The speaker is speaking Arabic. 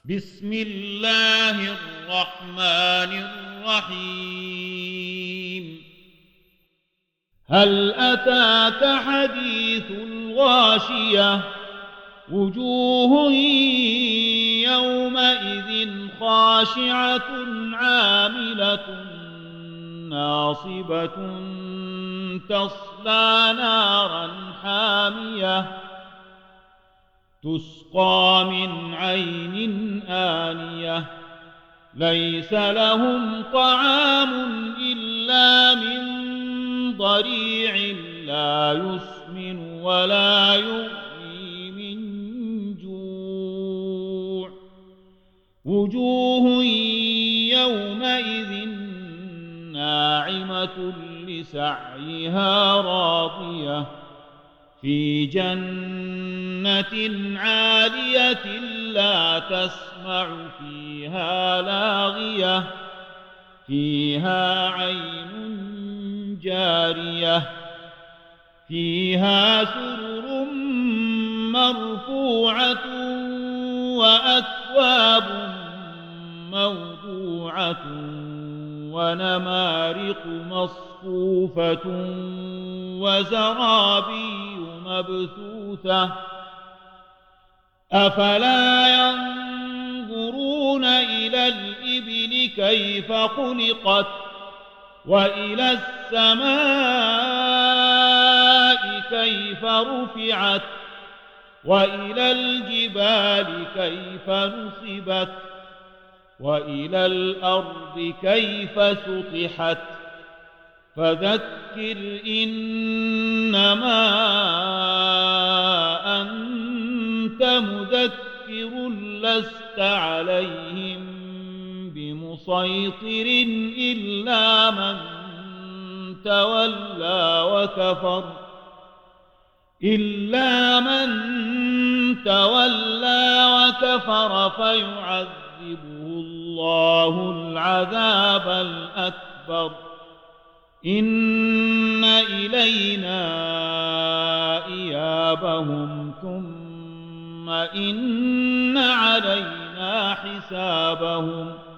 بسم الله الرحمن الرحيم هل أتاك حديث الغاشية وجوه يومئذ خاشعة عاملة ناصبة تصلى نارا حامية تسقى من عين آنية ليس لهم طعام إلا من ضريع لا يسمن ولا يغني من جوع وجوه يومئذ ناعمة لسعيها راضية في جنة عالية لا تسمع فيها لاغية فيها عين جارية فيها سرر مرفوعة وأكواب موضوعة ونمارق مصفوفة وزرابي مبثوثة أفلا ينظرون إلى الإبل كيف خلقت وإلى السماء كيف رفعت وإلى الجبال كيف نصبت وإلى الأرض كيف سطحت فذكر إنما أنت مذكر لست عليهم بمسيطر إلا من تولى وكفر فيعذبه الله العذاب الأكبر إن إلينا إيابهم ثم إن علينا حسابهم